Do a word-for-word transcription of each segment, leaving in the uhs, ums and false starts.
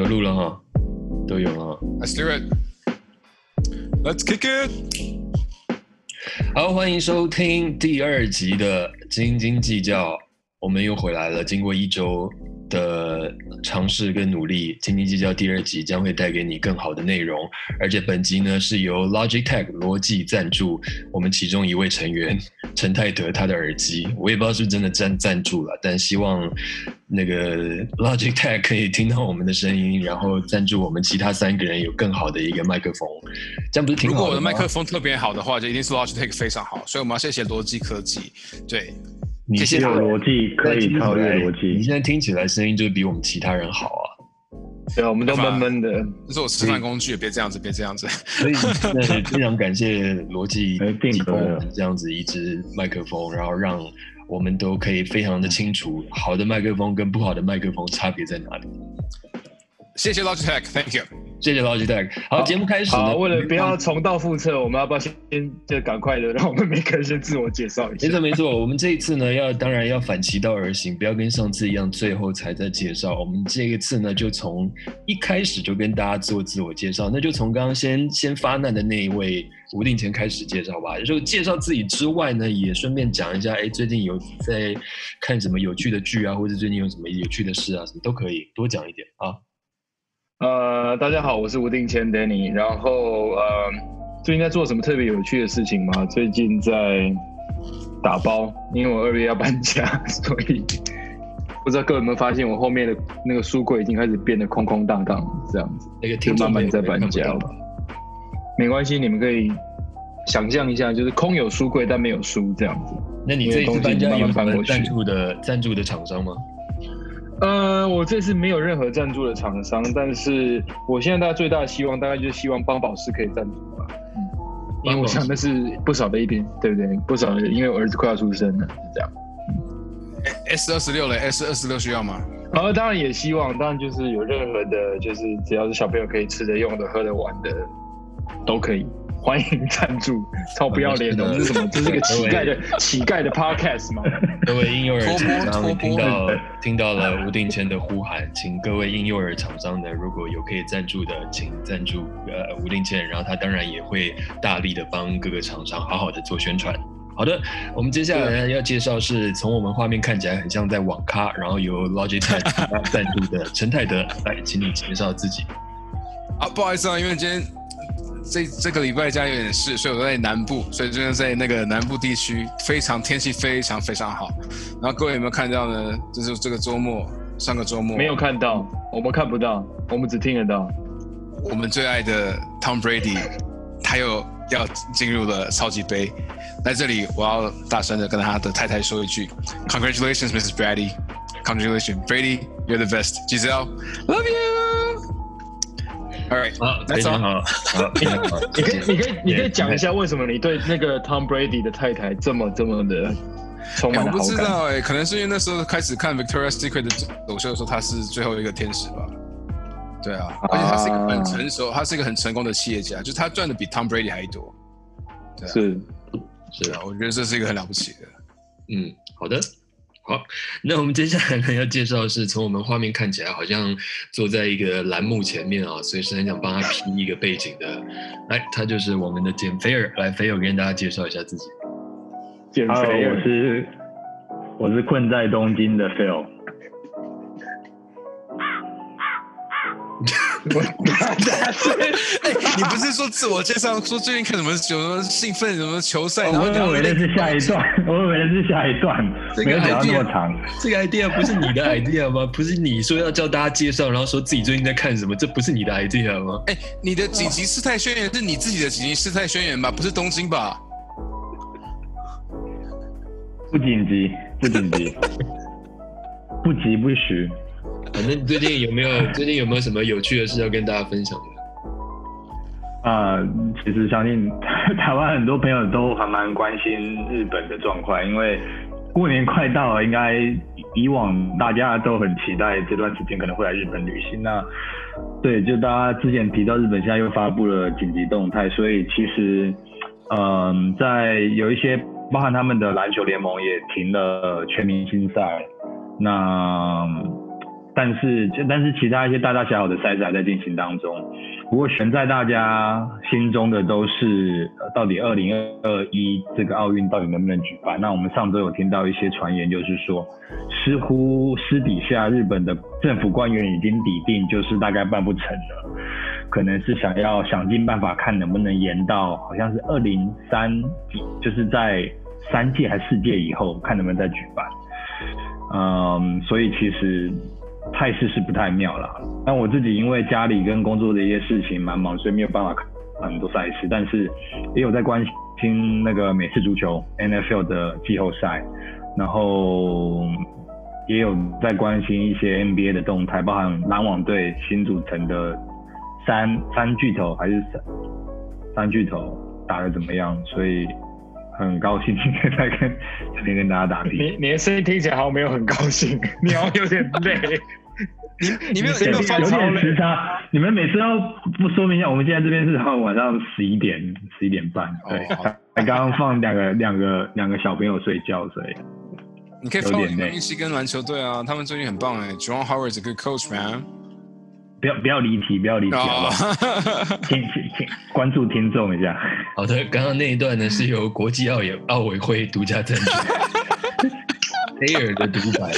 录了哈，都有了。 Let's do it. Let's kick it. 好，欢迎收听第二集的斤斤计较，我们又回来了。经过一周的尝试跟努力，斤斤计较第二集将会带给你更好的内容。而且本集呢是由 Logitech 罗技赞助我们其中一位成员陈泰德他的耳机，我也不知道是不是真的赞赞助了，但希望那个 Logitech 可以听到我们的声音，然后赞助我们其他三个人有更好的一个麦克风，这样不是挺好的吗？ 如果我的麦克风特别好的话，就一定是 Logitech 非常好，所以我们要谢谢罗技科技。对， 你是有逻辑可以超越逻辑， 你现在听起来声音就比我们其他人好啊。 对啊，我们都闷闷的。 这是我吃饭工具，别这样子，别这样子。 所以那非常感谢罗技提供我们这样子一支麦克风，然后让我们都可以非常的清楚好的麦克风跟不好的麦克风差别在哪里。 谢谢 Logitech，Thank you。 谢谢 Logitech。好，节目开始呢。 好，为了不要重蹈覆辙，我们要不要先就赶快的让我们每个人先自我介绍一下？ 没错没错，我们这一次呢，要当然要反其道而行，不要跟上次一样，最后才在介绍。我们这一次呢，就从一开始就跟大家做自我介绍，那就从刚刚先先发难的那一位吴定乾开始介绍吧。就介绍自己之外呢，也顺便讲一下，哎，最近有在看什么有趣的剧啊，或者最近有什么有趣的事啊，什么都可以多讲一点啊。 呃，大家好，我是吴定乾 Danny。然后呃，最近在做什么特别有趣的事情吗？最近在打包，因为我二月要搬家，所以不知道各位有没有发现，我后面的那个书柜已经开始变得空空荡荡这样子。 那个听众慢慢在搬家了，没关系，你们可以想象一下，就是空有书柜但没有书这样子。 那你这一次搬家有什么赞助的赞助的厂商吗？ 呃，我这次没有任何赞助的厂商，但是我现在大家最大的希望，大概就是希望邦宝适可以赞助吧。嗯，因为我想那是不少的一笔，对不对？不少的，因为我儿子快要出生了，是这样。 S 二十六嘞 ，S 二十六需要吗？ 呃，当然也希望，当然就是有任何的，就是只要是小朋友可以吃的、用的、喝的、玩的，都可以。欢迎赞助，超不要脸的！我们是什么？这是个乞丐的乞丐的 podcast 吗？ 各位婴幼儿厂商听到听到了吴定乾的呼喊，请各位婴幼儿厂商呢，如果有可以赞助的，请赞助呃吴定乾，然后他当然也会大力的帮各个厂商好好的做宣传。好的，我们接下来呢要介绍是从我们画面看起来很像在网咖，然后由 Logitech 赞助的陈泰德来，请你介绍自己。 啊，不好意思啊，因为今天。这这个礼拜家有点事，所以我在南部，所以就是在那个南部地区，非常天气非常非常好。然后各位有没有看到呢？就是这个周末，上个周末没有看到，我们看不到，我们只听得到。 我们最爱的 Tom Brady， 他又要进入了超级杯。在这里，我要大声的跟他的太太说一句 ：Congratulations, Missus Brady! Congratulations, Brady! You're the best. Giselle, love you.All right， 好，非常好，好，非常好。 你可以，你可以，你可以讲一下为什么你对那个 Tom Brady 的太太这么这么的充满了好感？ 我不知道哎、欸，可能是因为那时候开始看 Victoria's Secret 的走秀的时候，他是最后一个天使吧？对啊，而且他是一个很成熟，他是一个很成功的企业家，就是他赚的比 Tom Brady 还多。对啊、 是， 是啊，我觉得这是一个很了不起的。 嗯，好的。好，那我们接下来呢要介绍的是从我们画面看起来好像坐在一个栏目前面啊，所以是很想帮他 P 一个背景的。来，他就是我们的简菲尔，来，菲尔跟大家介绍一下自己。 简菲尔， 我是我是困在东京的 Phil。 哎，你不是说自我介绍说最近看什么有什么兴奋什么球赛？ 哦、我以为那是下一段，我以为那是下一段， 这个 idea, 没有想到那么长。 这个 idea 不是你的 idea 吗？不是你说要教大家介绍，然后说自己最近在看什么，这不是你的 idea 吗？ 哎，你的紧急事态宣言是你自己的紧急事态宣言吧？不是东京吧？ 不紧急，不紧急，不急不徐。 反正最近有没有最近有没有什么有趣的事要跟大家分享的？ 啊、呃，其实相信台湾很多朋友都还蛮关心日本的状况，因为过年快到了，应该以往大家都很期待这段时间可能会来日本旅行。那对，就大家之前提到日本现在又发布了紧急动态，所以其实嗯、呃，在有一些包含他们的篮球联盟也停了全明星赛，那。 但是但是其他一些大大小小的赛事还在进行当中。不过悬在大家心中的都是，呃、到底二零二一这个奥运到底能不能举办？那我们上周有听到一些传言，就是说，似乎私底下日本的政府官员已经底定，就是大概办不成了，可能是想要想尽办法看能不能延到好像是二零三几，就是在三届还是四届以后，看能不能再举办。嗯，所以其实态势是不太妙啦。但我自己因为家里跟工作的一些事情蛮忙，所以没有办法看很多赛事，但是也有在关心那个美式足球 N F L 的季后赛，然后也有在关心一些 N B A 的动态，包含篮网队新组成的三三巨头还是三三巨头打得怎么样，所以很高兴今天在跟这边跟大家打比。 你你的声音听起来好像没有很高兴，你好像有点累。 你你没有有点时差，你们每次要不说明一下，我们现在这边是晚上十一点十一点半，对，才刚刚放两个两个两个小朋友睡觉，所以你可以 follow 你们密西根篮球队啊，他们最近很棒哎 ，Jerome Howard is a good coach man。 不要不要离题，不要离题，好不好？请请请关注听众一下。 好的，刚刚那一段呢是由国际奥委奥委会独家赞助，黑尔的独白。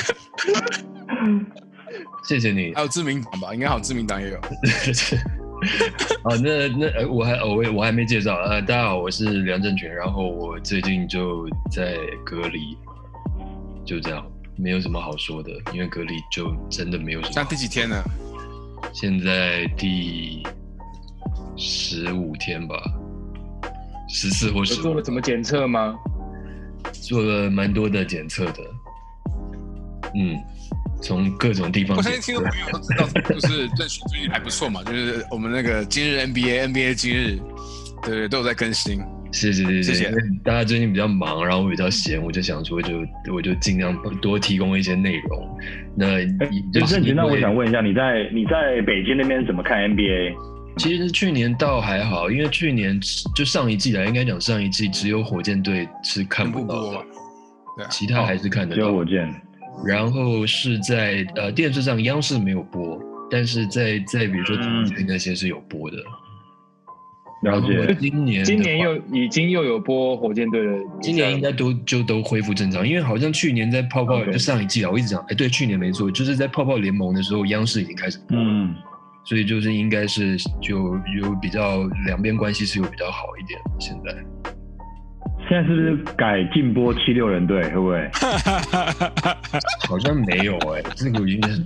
谢谢你。 还有自民党吧，应该还有自民党也有。 好，那那我还我我还没介绍，呃，大家好，我是梁正权，然后我最近就在隔离，就这样，没有什么好说的，因为隔离就真的没有什么。 像第几天呢？ 现在第十五天吧，十四或十五。 做了什么检测吗？ 做了蛮多的检测的，嗯。从各种地方， 我相信听众朋友都知道，就是郑勋最近还不错嘛，就是我们那个今日 N B A、N B A 今日，对对，都有在更新。 是是是， 谢谢。 大家最近比较忙，然后我比较闲，我就想说就，就我就尽量多提供一些内容。那郑权，那我想问一下，你在你在北京那边怎么看 N B A？ 其实去年倒还好，因为去年就上一季来，应该讲上一季只有火箭队是看不到的， 对啊， 其他还是看得到。 只有火箭。 然后是在呃电视上央视没有播，但是在在比如说体育那些是有播的。 了解。 今年今年又已经又有播火箭队的， 今年应该都就都恢复正常，因为好像去年在泡泡、okay. 就上一季啊，我一直讲，哎，对，去年没错，就是在泡泡联盟的时候，央视已经开始播了，嗯，所以就是应该是就有比较两边关系是有比较好一点，现在。 现在是不是改禁播七六人队？会不会？ 好像没有哎、欸，这个应该是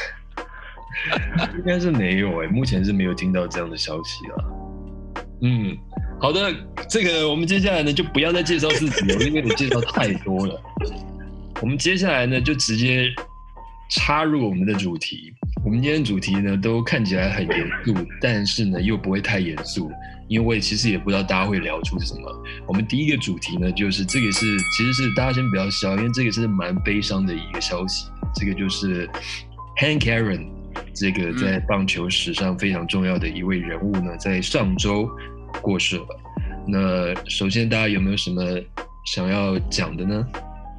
应该是没有哎、欸，目前是没有听到这样的消息啦。嗯，好的，这个我们接下来呢就不要再介绍自己了，因为你介绍太多了。我们接下来呢就直接插入我们的主题。我们今天的主题呢都看起来很严肃，但是呢又不会太严肃。因为我也其实也不知道大家会聊出什么。我们第一个主题呢，就是这个是其实是大家先不要笑，因为这个是蛮悲伤的一个消息。这个就是 Hank Aaron 这个在棒球史上非常重要的一位人物呢，在上周过世了。那首先大家有没有什么想要讲的呢？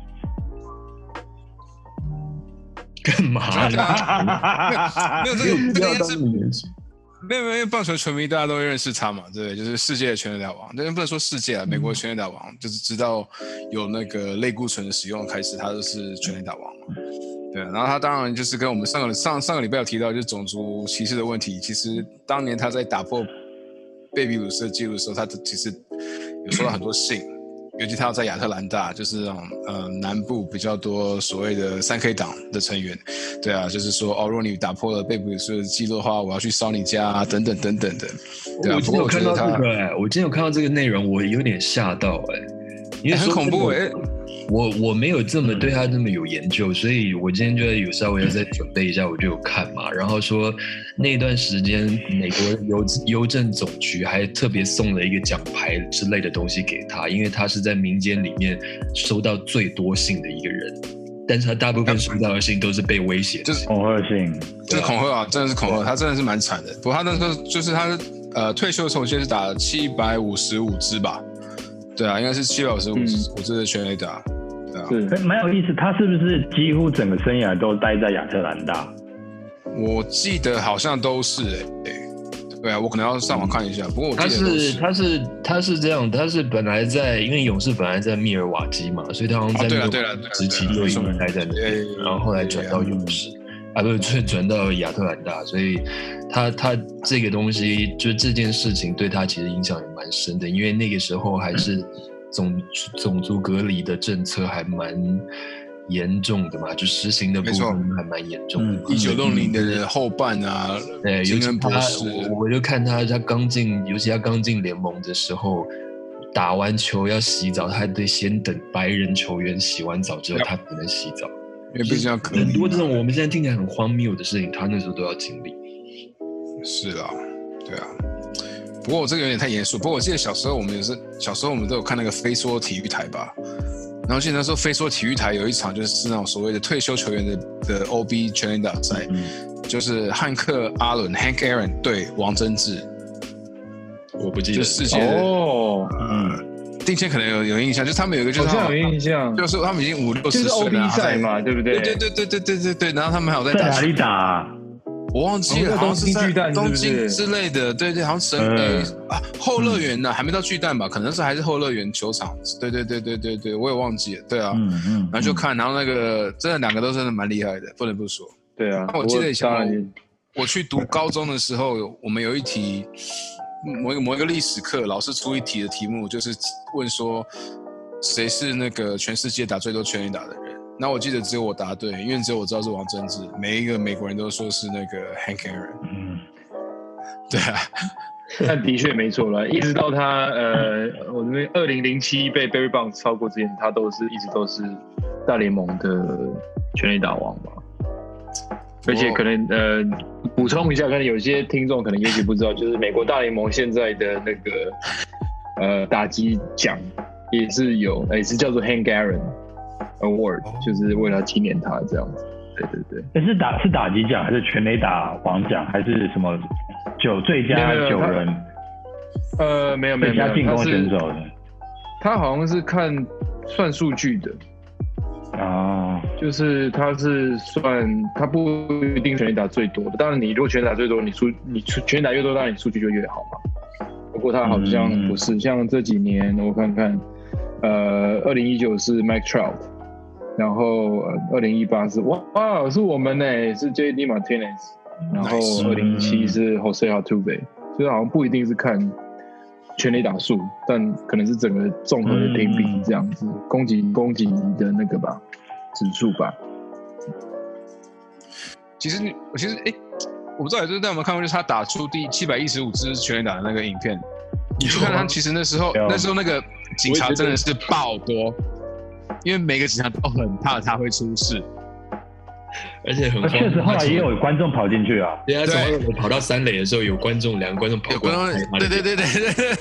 干嘛呢？没有这个，这个是没有没有，因为棒球球迷大家都会认识他嘛，对，就是世界的全垒打王，但是不能说世界啊，美国的全垒打王，就是直到有那个类固醇的使用开始，他都是全垒打王嘛，对。然后他当然就是跟我们上个上上个礼拜有提到，就是种族歧视的问题。其实当年他在打破贝比鲁斯的记录的时候，他其实有收到很多信。尤其他要在亚特兰大，就是那种呃南部比较多所谓的三 K 党的成员，对啊，就是说哦，如果你打破了贝普斯的记录的话，我要去烧你家啊，等等等等的，对啊。 我今天有看到这个、欸，我今天有看到这个内容，我有点吓到哎、欸，因为、 欸、很恐怖哎、欸。 我我没有这么对他这么有研究，所以我今天就有稍微要再准备一下，我就有看嘛。然后说那段时间，美国邮邮政总局还特别送了一个奖牌之类的东西给他，因为他是在民间里面收到最多信的一个人，但是他大部分收到的信都是被威胁的， 就是恐吓信， 就是恐吓啊，真的是恐吓，他真的是蛮惨的。不过他那时候就是他呃退休的时候，我记得是打了七百五十五支吧。对啊，应该是七百五十五支的全垒打，对啊， 是蛮有意思。他是不是几乎整个生涯都待在亚特兰大？ 我记得好像都是哎、欸，对啊，我可能要上网看一下。不过我记得他是他是他是这样，他是本来在因为勇士本来在密尔瓦基嘛，所以他好像在密尔瓦基时期就已经待在那边，然后后来转到勇士。啊，不是转转到亚特兰大，所以他他这个东西，就这件事情对他其实影响也蛮深的，因为那个时候还是种种族隔离的政策还蛮严重的嘛，就实行的部分还蛮严重的。 一九六零的后半啊， 对，尤其他，我我就看他他刚进，尤其他刚进联盟的时候，打完球要洗澡，他还得先等白人球员洗完澡之后，他才能洗澡。 因为毕竟要隔离， 很多这种我们现在听起来很荒谬的事情，他那时候都要经历。 是啊，对啊。不过我这个有点太严肃。不过我记得小时候我们也是，小时候我们都有看那个飞梭体育台吧。然后记得那时候飞梭体育台有一场就是那种所谓的退休球员的的 O B 全垒打赛，嗯、就是汉克阿伦 Hank Aaron 对王贞治。 我不记得。 就世界的哦，嗯。定谦可能有有印象，就是他们有一个就是好像有印象， 就是他们已经五六十岁了，就是 O B 赛嘛，对不对？ 对对对对对对对。然后他们还有在打哪里打、啊？ 我忘记了，好像是在巨蛋东京之类的，对对，好像神呃啊后乐园呢，还没到巨蛋吧？可能是还是后乐园球场。对对对对对对，我也忘记了。对啊，嗯嗯，然后就看，然后那个真的两个都真的蛮厉害的，不能不说。 对啊， 我记得以前我我去读高中的时候，我们有一题。某一个某一个历史课，老师出一题的题目，就是问说谁是那个全世界打最多全垒打的人。那我记得只有我答对，因为只有我知道是王贞治，每一个美国人都说是那个 Hank Aaron。嗯，对啊， 但的确没错了。一直到他呃，我们二零零七被 Barry Bonds 超过之前，他都是一直都是大联盟的全垒打王嘛。而且可能呃补充一下，可能有些听众可能也许不知道，就是美国大联盟现在的那个呃打击奖也是有，也是叫做 Hank Aaron Award，、哦、就是为了纪念他这样子。对对对。 是打是打击奖还是全垒打王奖还是什么九最佳九人？ 呃，没有没有没有， 最佳进攻选手的。 他好像是看算数据的。 哦， 就是他是算，他不一定全垒打最多的。当然，你如果全垒打最多，你数你全垒打越多，当然你数据就越好嘛。不过他好像不是，嗯、像这几年我看看，呃，二零一九是 Mike Trout， 然后二零一八是哇哇是我们呢，是 J D Martinez， 然后二零一七是 Jose Altuve， 所以好像不一定是看全垒打数，但可能是整个综合的评比这样子，嗯、攻击攻击的那个吧指数吧。 其实你，我其实哎、欸，我不知道就是大家有没有看过，就是他打出第七百一十五支全垒打的那个影片，你去看他，其实那时候那时候那个警察真的是爆多，因为每个警察都很怕他会出事。 而且很确实，后来也有观众跑进去啊。 对啊，从二垒跑到三垒的时候，有观众，两个观众跑过来。 对对对对对。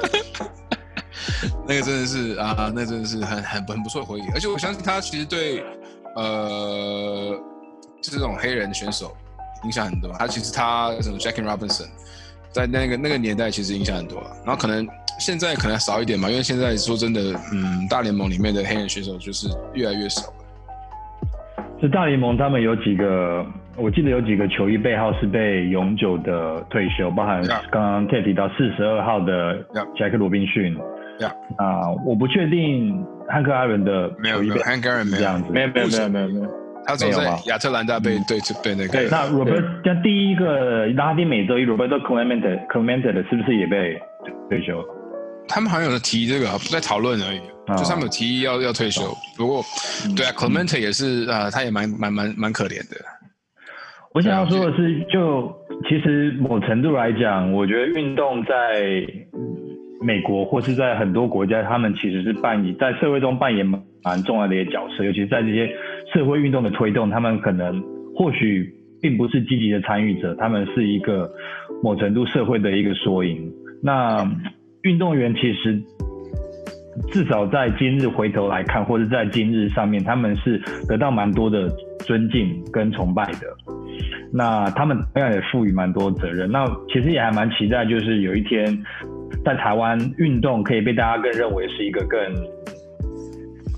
那个真的是啊，那真的是很很很不错的回忆。而且我相信他其实对呃这种黑人选手影响很多。他其实他什么 Jackie Robinson， 在那个那个年代其实影响很多了。然后可能现在可能少一点嘛，因为现在说真的，嗯，大联盟里面的黑人选手就是越来越少了。 是大联盟他们有几个，我记得有几个球衣背号是被永久的退休，包含刚刚 Ted 提到四十二号的杰克罗宾逊。啊，我不确定汉克阿伦的没有没有汉克阿伦没有这样子， 没有没有没有没有没有， 他只有在亚特兰大被对被那个。 对，那 Robert 像第一个拉丁美洲裔 Roberto Clemente Clemente 的是不是也被退休？ 他们好像有提这个，不在讨论而已。哦、就他们有提议要要退休，不过，嗯、对啊 ，Clemente 也是啊、呃，他也蛮蛮蛮蛮可怜的。 我想要说的是，就其实某程度来讲，我觉得运动在美国或是在很多国家，他们其实是扮演在社会中扮演蛮重要的一些角色，尤其是在这些社会运动的推动，他们可能或许并不是积极的参与者，他们是一个某程度社会的一个缩影。那运动员其实至少在今日回头来看，或者在今日上面，他们是得到蛮多的尊敬跟崇拜的。那他们同样也赋予蛮多责任。那其实也还蛮期待，就是有一天在台湾运动可以被大家更认为是一个更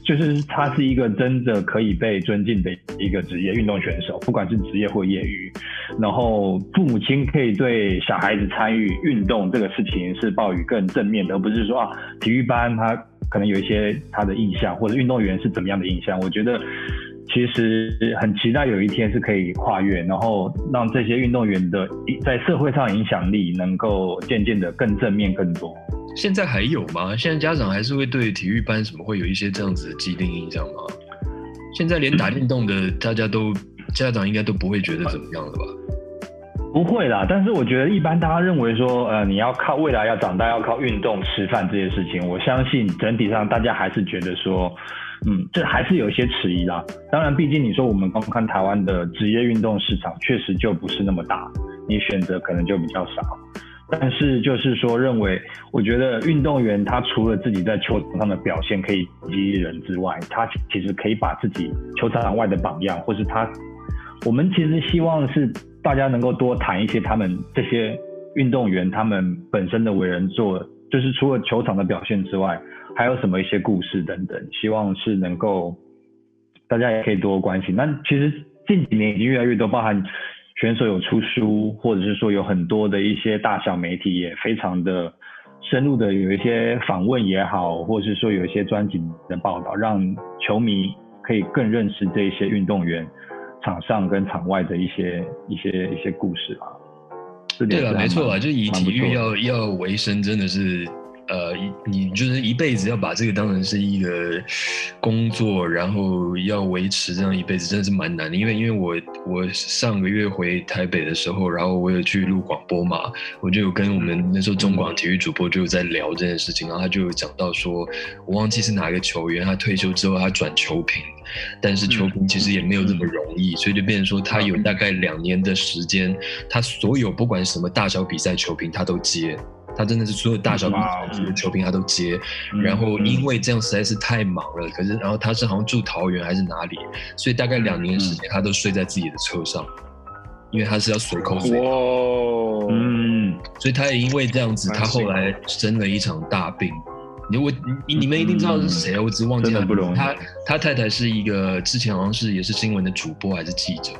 就是他是一个真的可以被尊敬的一个职业运动选手，不管是职业或业余。然后父母亲可以对小孩子参与运动这个事情是抱有更正面的，而不是说啊体育班他可能有一些他的印象，或者运动员是怎么样的印象。我觉得其实很期待有一天是可以跨越，然后让这些运动员的在社会上影响力能够渐渐的更正面更多。 现在还有吗？现在家长还是会对体育班什么会有一些这样子的既定印象吗？现在连打电动的大家都家长应该都不会觉得怎么样了吧？ 不会啦，但是我觉得一般大家认为说，呃，你要靠未来要长大要靠运动吃饭这些事情，我相信整体上大家还是觉得说，嗯，这还是有一些迟疑啦。当然，毕竟你说我们光看台湾的职业运动市场，确实就不是那么大，你选择可能就比较少。但是就是说，认为我觉得运动员他除了自己在球场上的表现可以激励人之外，他其实可以把自己球场外的榜样，或是他，我们其实希望是大家能够多谈一些他们这些运动员他们本身的为人做，就是除了球场的表现之外，还有什么一些故事等等，希望是能够大家也可以多关心。那其实近几年已经越来越多，包含选手有出书，或者是说有很多的一些大小媒体也非常的深入的有一些访问也好，或者是说有一些专辑的报道，让球迷可以更认识这一些运动员场上跟场外的一些一些一些故事啊。 对了，没错啊，就以体育要要为生，真的是。呃，你就是一辈子要把这个当成是一个工作，然后要维持这样一辈子，真的是蛮难的。因为因为我我上个月回台北的时候，然后我有去录广播嘛，我就有跟我们那时候中广体育主播就有在聊这件事情，然后他就有讲到说，我忘记是哪个球员，他退休之后他转球评，但是球评其实也没有这么容易，所以就变成说他有大概两年的时间，他所有不管什么大小比赛球评他都接。他真的是所有大小比赛的球评他都接，然后因为这样实在是太忙了，可是然后他是好像住桃园还是哪里，所以大概两年时间他都睡在自己的车上，因为他是要随口随哇， 嗯，所以他也因为这样子，他后来生了一场大病。你我你你们一定知道是谁，我只是忘记了。 不容易。 他他太太是一个之前好像是也是新闻的主播还是记者，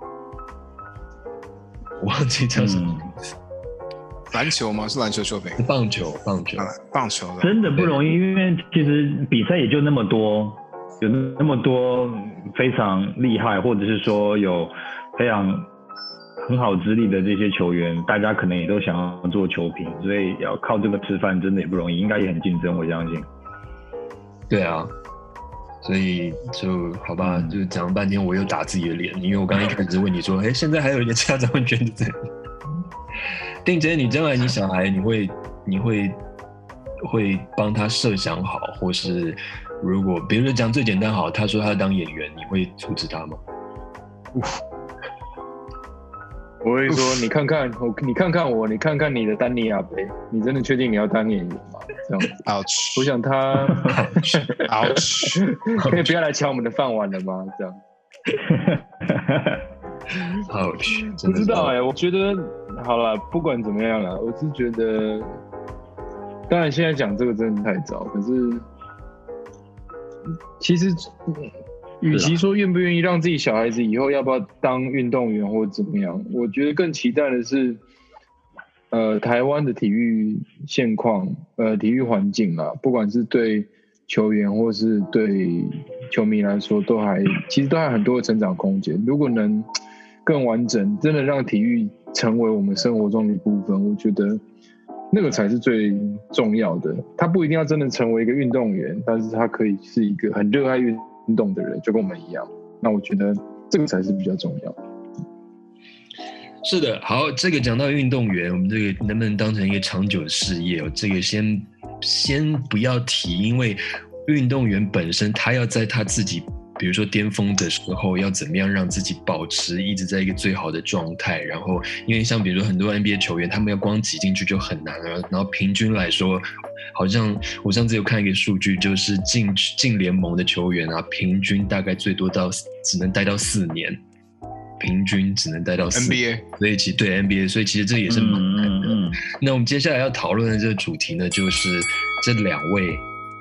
我忘记叫什么名字。 篮球吗？是篮球球评？ 棒球，棒球， 啊、棒球的真的不容易，因为其实比赛也就那么多，有那么多非常厉害，或者是说有非常很好资历的这些球员，大家可能也都想要做球评，所以要靠这个吃饭，真的也不容易，应该也很竞争，我相信。 对啊，所以就好吧，就讲了半天，我又打自己的脸，因为我刚刚一开始问你说，哎，现在还有一个家长会觉得这样。定姐，你将来你小孩，你会你会会帮他设想好，或是如果比如说讲最简单好，他说他要当演员，你会阻止他吗？ 我会说，你看看我，你看看我，你看看你的丹尼亚杯，你真的确定你要当演员吗？这样子 ，ouch， 我想他 ouch， 可以不要来抢我们的饭碗了吗？这样。 ouch， 不知道哎、欸，我觉得好了，不管怎么样啦，我是觉得，当然现在讲这个真的太早，可是其实，与其说愿不愿意让自己小孩子以后要不要当运动员或怎么样，我觉得更期待的是，呃，台湾的体育现况，呃，体育环境啦，不管是对球员或是对球迷来说，都还其实都还很多的成长空间。如果能更完整，真的让体育成为我们生活中的一部分，我觉得那个才是最重要的。他不一定要真的成为一个运动员，但是他可以是一个很热爱运动的人，就跟我们一样。那我觉得这个才是比较重要的。 是的，好，这个讲到运动员，我们这个能不能当成一个长久的事业？这个先先不要提，因为运动员本身他要在他自己比如说巅峰的时候要怎么样让自己保持一直在一个最好的状态，然后因为像比如说很多 N B A 球员他们要光挤进去就很难了，然后平均来说好像我上次有看一个数据，就是进进联盟的球员啊，平均大概最多到只能待到四年，平均只能待到四年 N B A， 所以其实对 N B A， 所以其实这也是蛮难的。嗯嗯嗯、那我们接下来要讨论的这个主题呢，就是这两位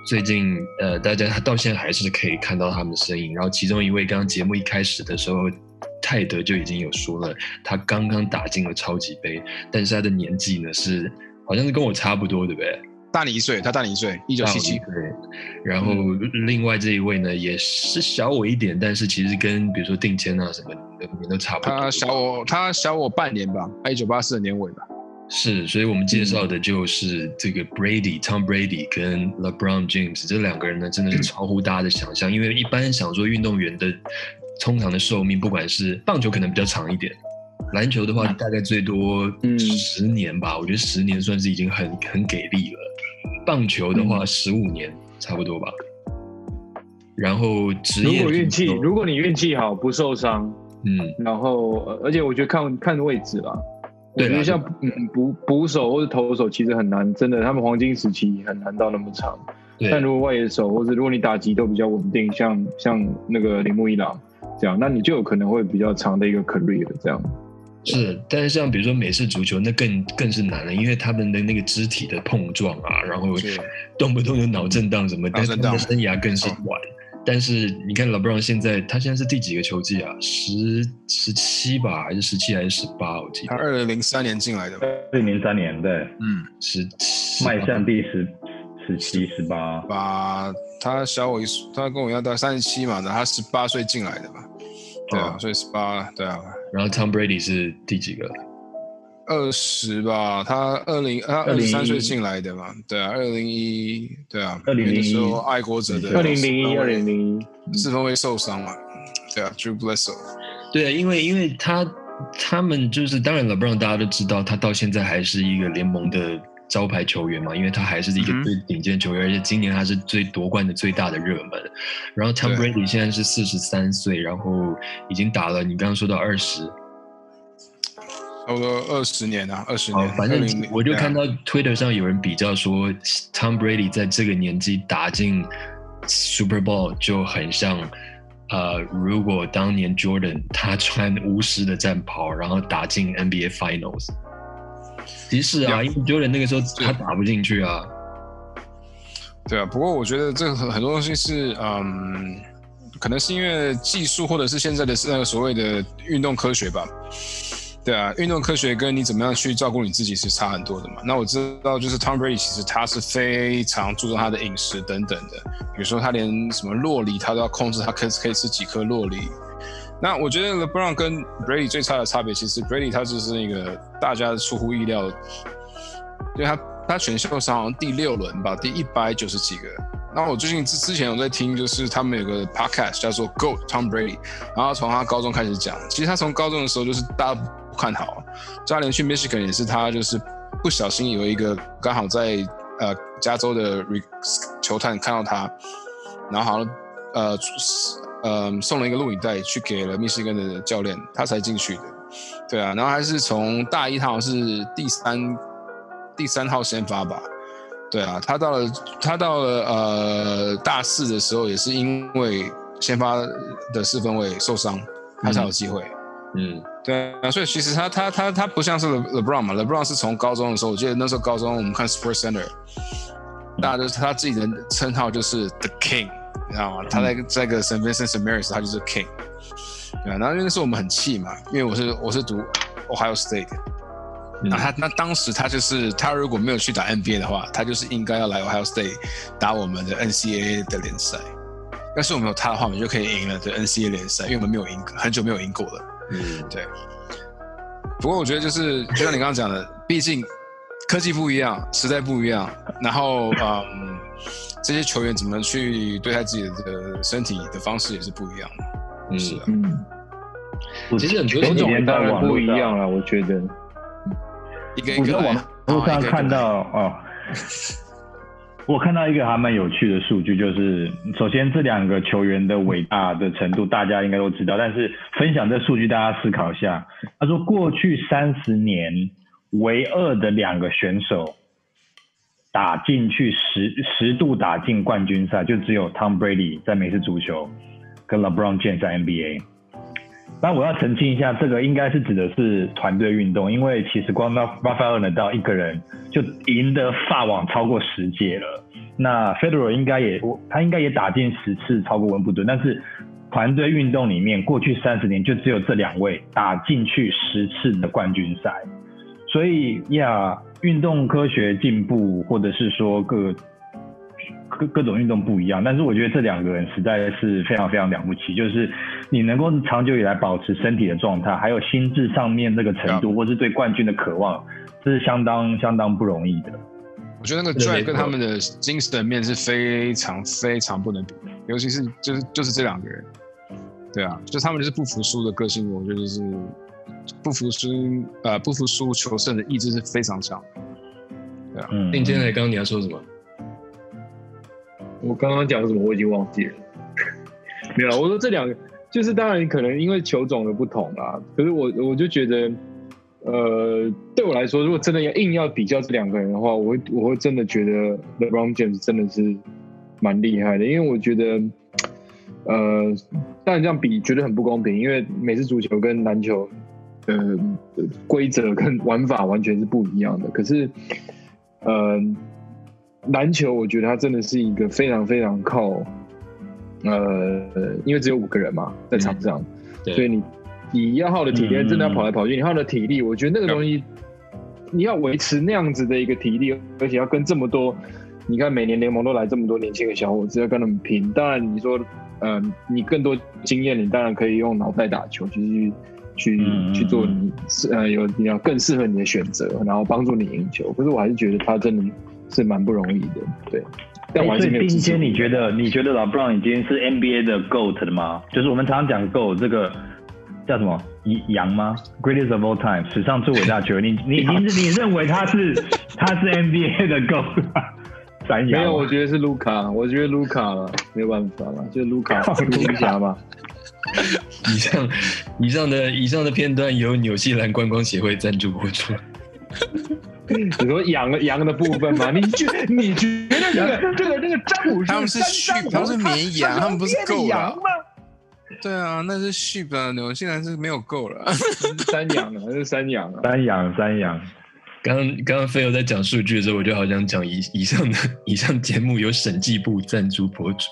最近呃，大家到现在还是可以看到他们的身影。然后其中一位，刚刚节目一开始的时候，泰德就已经有说了，他刚刚打进了超级杯，但是他的年纪呢是好像是跟我差不多，对不对？ 大你一岁，他大你一岁，一九七七。 对。然后另外这一位呢，也是小我一点，但是其实跟比如说定谦啊什么的年都差不多。 他小我，他小我半年吧，他一九八四的年尾吧。 是，所以我们介绍的就是这个 Brady、Tom Brady 跟 LeBron James 这两个人呢，真的是超乎大家的想象。因为一般想说运动员的通常的寿命，不管是棒球可能比较长一点，篮球的话大概最多十年吧。嗯、我觉得十年算是已经很很给力了。棒球的话十五年差不多吧。然后职业如果运气，如果你运气好不受伤， 嗯， 然后而且我觉得看看位置啦。我觉得像嗯捕捕手或者投手其实很难，真的，他们黄金时期很难到那么长。但如果外野手或者如果你打击都比较稳定，像像那个铃木一朗这样，那你就有可能会比较长的一个 career 这样。 是，但是像比如说美式足球，那更更是难了，因为他们的那个肢体的碰撞啊，然后动不动就脑震荡什么，但是他们的生涯更是短。但是你看 LeBron 现在，他现在是第几个球季啊？十十七吧，还是十七还是十八？我记得。 他二零零三年进来的吧？ 二零零三年，对， 嗯， 十七， 迈向第十十七、十八。 把他小我一岁，他跟我一样，大概三十七嘛，他十八岁进来的吧？对啊，哦、所以十八，对啊。 然后 Tom Brady 是第几个？ 二十吧，他二零他二十三岁进来的嘛，对啊，二零一，对啊， 二零零一时候爱国者的二零零一二零零一四分卫受伤嘛，对啊 ，Drew Bledsoe， 对啊，因为因为他他们就是当然 LeBron 大家都知道，他到现在还是一个联盟的招牌球员嘛，因为他还是一个最顶尖的球员，嗯、而且今年他是最夺冠的最大的热门。然后 Tom Brady 现在是四十三岁，然后已经打了你刚刚说到二十。 差不多二十年啊，二十年。 哦，反正我就看到 Twitter 上有人比较说 ，Tom Brady 在这个年纪打进 Super Bowl 就很像，呃，如果当年 Jordan 他穿巫师的战袍，然后打进 N B A Finals。其实啊，因为 Jordan 那个时候他打不进去啊。 对啊，不过我觉得这个很多东西是，嗯，可能是因为技术或者是现在的那个所谓的运动科学吧。对啊，运动科学跟你怎么样去照顾你自己是差很多的嘛。那我知道，就是 Tom Brady 其实他是非常注重他的饮食等等的，比如说他连什么酪梨他都要控制，他可以可以吃几颗酪梨。那我觉得 LeBron 跟 Brady 最差的差别，其实 Brady 他就是那个大家出乎意料，因为他他选秀上好像第六轮吧，第一百九十几个。那我最近之之前有在听，就是他们有个 podcast 叫做 GOAT Tom Brady， 然后从他高中开始讲，其实他从高中的时候就是大家不看好，就他连去 Michigan 也是他就是不小心有一个刚好在呃加州的球探看到他，然后好像呃呃送了一个录影带去给了密西根的教练，他才进去的，对啊，然后还是从大一他好像是第三第三号先发吧。对啊，他到了他到了呃大四的时候，也是因为先发的四分卫受伤，他才有机会。 嗯， 对啊，所以其实他他他他不像是 LeBron 嘛 ，LeBron 是从高中的时候，我记得那时候高中我们看 Sports Center， 大家都他自己的称号就是 The King， 你知道吗？他在这个 Saint Vincent Saint Mary's 他就是 King。对啊，然后因为那时候我们很气嘛，因为我是我是读 Ohio State。那他那当时他就是他如果没有去打 N B A 的话，他就是应该要来 Ohio State 打我们的 N C A A 的联赛。要是我们有他的话，我们就可以赢了的 N C A A 联赛，因为我们没有赢，很久没有赢过了。 嗯， 对。不过我觉得就是就像你刚刚讲的，毕竟科技不一样，时代不一样，然后嗯，这些球员怎么去对待自己的身体的方式也是不一样的。 嗯， 是啊。 嗯， 其实很多种种当然不一样了，我觉得。 一个一个我在网络上看到哦，我看到一个还蛮有趣的数据，就是首先这两个球员的伟大的程度大家应该都知道，但是分享这数据大家思考一下。他说过去三十年唯二的两个选手打进去十十度打进冠军赛，就只有 Tom Brady 在美式足球跟 LeBron James 在 N B A。那我要澄清一下，这个应该是指的是团队运动，因为其实光 Rafael Nadal 一个人就赢得法网超过十届了。 那 Federer 应该也他应该也打进十次超过温布顿，但是团队运动里面过去三十年就只有这两位打进去十次的冠军赛，所以呀，运动科学进步或者是说各各各种运动不一样，但是我觉得这两个人实在是非常非常了不起，就是你能够长久以来保持身体的状态，还有心智上面这个程度，或是对冠军的渴望，这是相当相当不容易的。 我觉得那个 drive 跟他们的精神面是非常非常不能比的，尤其是就是就是这两个人，对啊，就他们就是不服输的个性，我觉得就是不服输呃不服输求胜的意志是非常强的，对啊。 嗯，丁健磊，刚刚你要说什么？ 我刚刚讲什么我已经忘记了，没有啦，我说这两个就是当然可能因为球种的不同啦，可是我我就觉得。呃，对我来说，如果真的要硬要比较这两个人的话，我会我会真的觉得 LeBron James 真的是蛮厉害的，因为我觉得，呃，当然这样比觉得很不公平，因为美式足球跟篮球，呃，规则跟玩法完全是不一样的。可是，呃，篮球我觉得它真的是一个非常非常靠，呃，因为只有五个人嘛在场上，嗯、所以你。你要耗的体力，真的要跑来跑去，你耗的体力，我觉得那个东西，你要维持那样子的一个体力，而且要跟这么多，你看每年联盟都来这么多年轻的小伙子要跟他们拼。当然你说，呃，你更多经验，你当然可以用脑袋打球，去去去做你呃有你要更适合你的选择，然后帮助你赢球。可是我还是觉得他真的是蛮不容易的，对。但我还是没有。 所以今天你觉得你觉得LeBron已经是 N B A 的 G O A T 了吗？就是我们常常讲 G O A T 这个。叫什么？杨吗 ？Greatest of all time， 史上最伟大球员。你你你你认为他是他是 N B A 的 G O A T 闪耀？ 没有，我觉得是卢卡，我觉得卢卡了，没有办法了，就是卢卡卢卡吧。 以上以上的以上的片段由纽西兰观光协会赞助播出。 你说羊羊的部分吗？你觉你觉得这个这个这个詹姆斯他们是畜，他们是绵羊，他们不是狗羊吗？ 对啊，那是 sheep 啊，纽西兰是没有够了。 山羊啊，那是山羊啊， 山羊山羊。 刚刚刚飞友在讲数据的时候，我就好想讲以以上的以上节目由审计部赞助播出。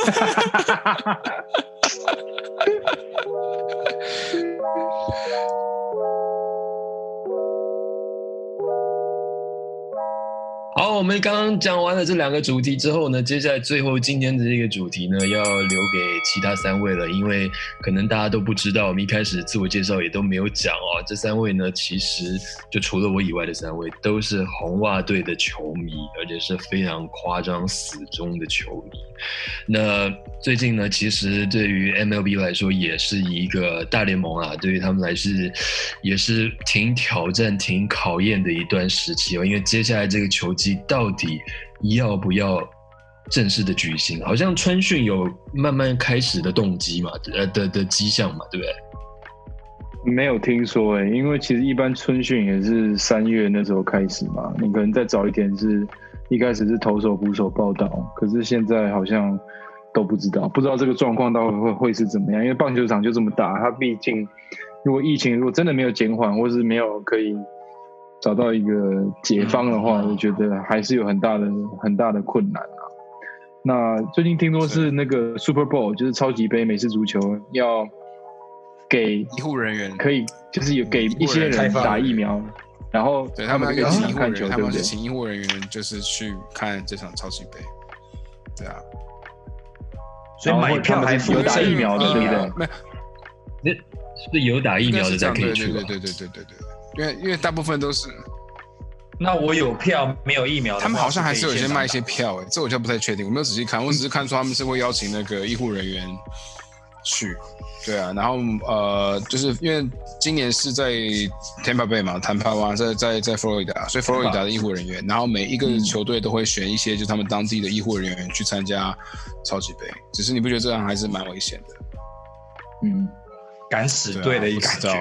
好，我们刚刚讲完了这两个主题之后呢，接下来最后今天的这个主题呢，要留给其他三位了，因为可能大家都不知道，我们一开始自我介绍也都没有讲哦。这三位呢，其实就除了我以外的三位，都是红袜队的球迷，而且是非常夸张死忠的球迷。那最近呢，其实对于 M L B 来说，也是一个大联盟啊，对于他们来是也是挺挑战、挺考验的一段时期哦，因为接下来这个球季到底要不要正式的举行？好像春训有慢慢开始的动机嘛，呃的的迹象嘛，对不对？ 没有听说哎、欸，因为其实一般春训也是三月那时候开始嘛，你可能再早一点是一开始是投手捕手报道，可是现在好像都不知道，不知道这个状况到底会会是怎么样，因为棒球场就这么大，它毕竟如果疫情如果真的没有减缓，或是没有可以找到一个解方的话，我觉得还是有很大的很大的困难啊。那最近听说是那个 Super Bowl， 就是超级杯美式足球要给医护人员， 可以就是有给一些人打疫苗，然后对他们可以进场看球， 他们是对不对？ 请医护人员就是去看这场超级杯，对啊。 所以买票还有打疫苗的，对不对？ 没有， 那是不是有打疫苗的才可以去？ 对对对对对对对，因为因为大部分都是。 那我有票没有疫苗的话， 他们好像还是有一些卖一些票、欸，这我就不太确定，我没有仔细看，我只是看说他们是会邀请那个医护人员去，对啊，然后呃，就是因为今年是在 Tampa Bay 嘛，坦帕湾在在在佛罗里达，所以佛罗里达的医护人员，然后每一个球队都会选一些就是他们当地的医护人员去参加超级杯，只是你不觉得这样还是蛮危险的？ 嗯， 敢死队的一个感觉。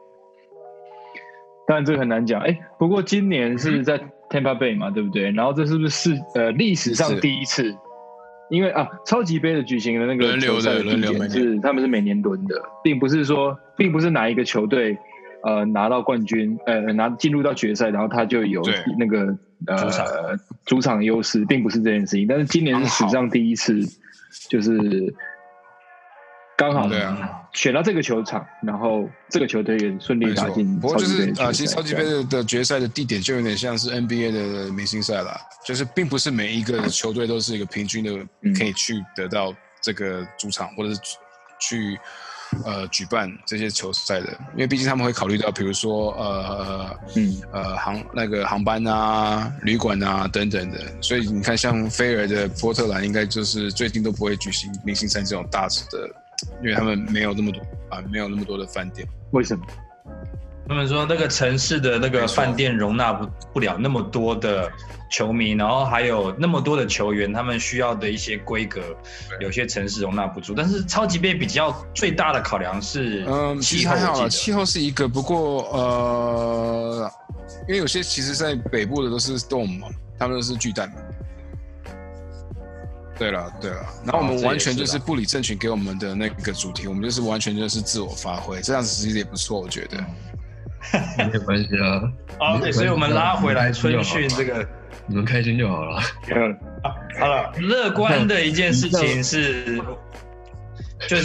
当然这个很难讲，哎，不过今年是在 Tampa Bay 嘛，对不对？然后这是不是呃历史上第一次？因为啊，超级杯的举行的那个球赛的地点是他们是每年轮的，并不是说，并不是哪一个球队呃拿到冠军，呃拿进入到决赛，然后他就有那个呃主场主场优势，并不是这件事情。但是今年是史上第一次，就是刚好选到这个球场，然后这个球队也顺利打进不过就超级杯的决赛。 是呃，其实超级杯的的决赛的地点就有点像是 N B A 的明星赛啦，就是并不是每一个球队都是一个平均的可以去得到这个主场或者是去呃举办这些球赛的，因为毕竟他们会考虑到，比如说呃嗯呃航那个航班啊、旅馆啊等等的，所以你看像菲尔的波特兰应该就是最近都不会举行明星赛这种大型的。因为他们没有那么多啊，没有那么多的饭店。 为什么？ 他们说那个城市的那个饭店容纳不不了那么多的球迷，然后还有那么多的球员，他们需要的一些规格，有些城市容纳不住。但是超级杯比较最大的考量是嗯， 气候， 还好了，气候是一个，不过呃，因为有些其实在北部的都是 dome 嘛，他们都是巨蛋嘛。对了，对了，然后我们完全就是不理政群给我们的那个主题，我们就是完全就是自我发挥，这样子其实也不错，我觉得。 没有关系啊。 哦，对，所以我们拉回来春训这个， 你们开心就好了。 好了，乐观的一件事情是，就是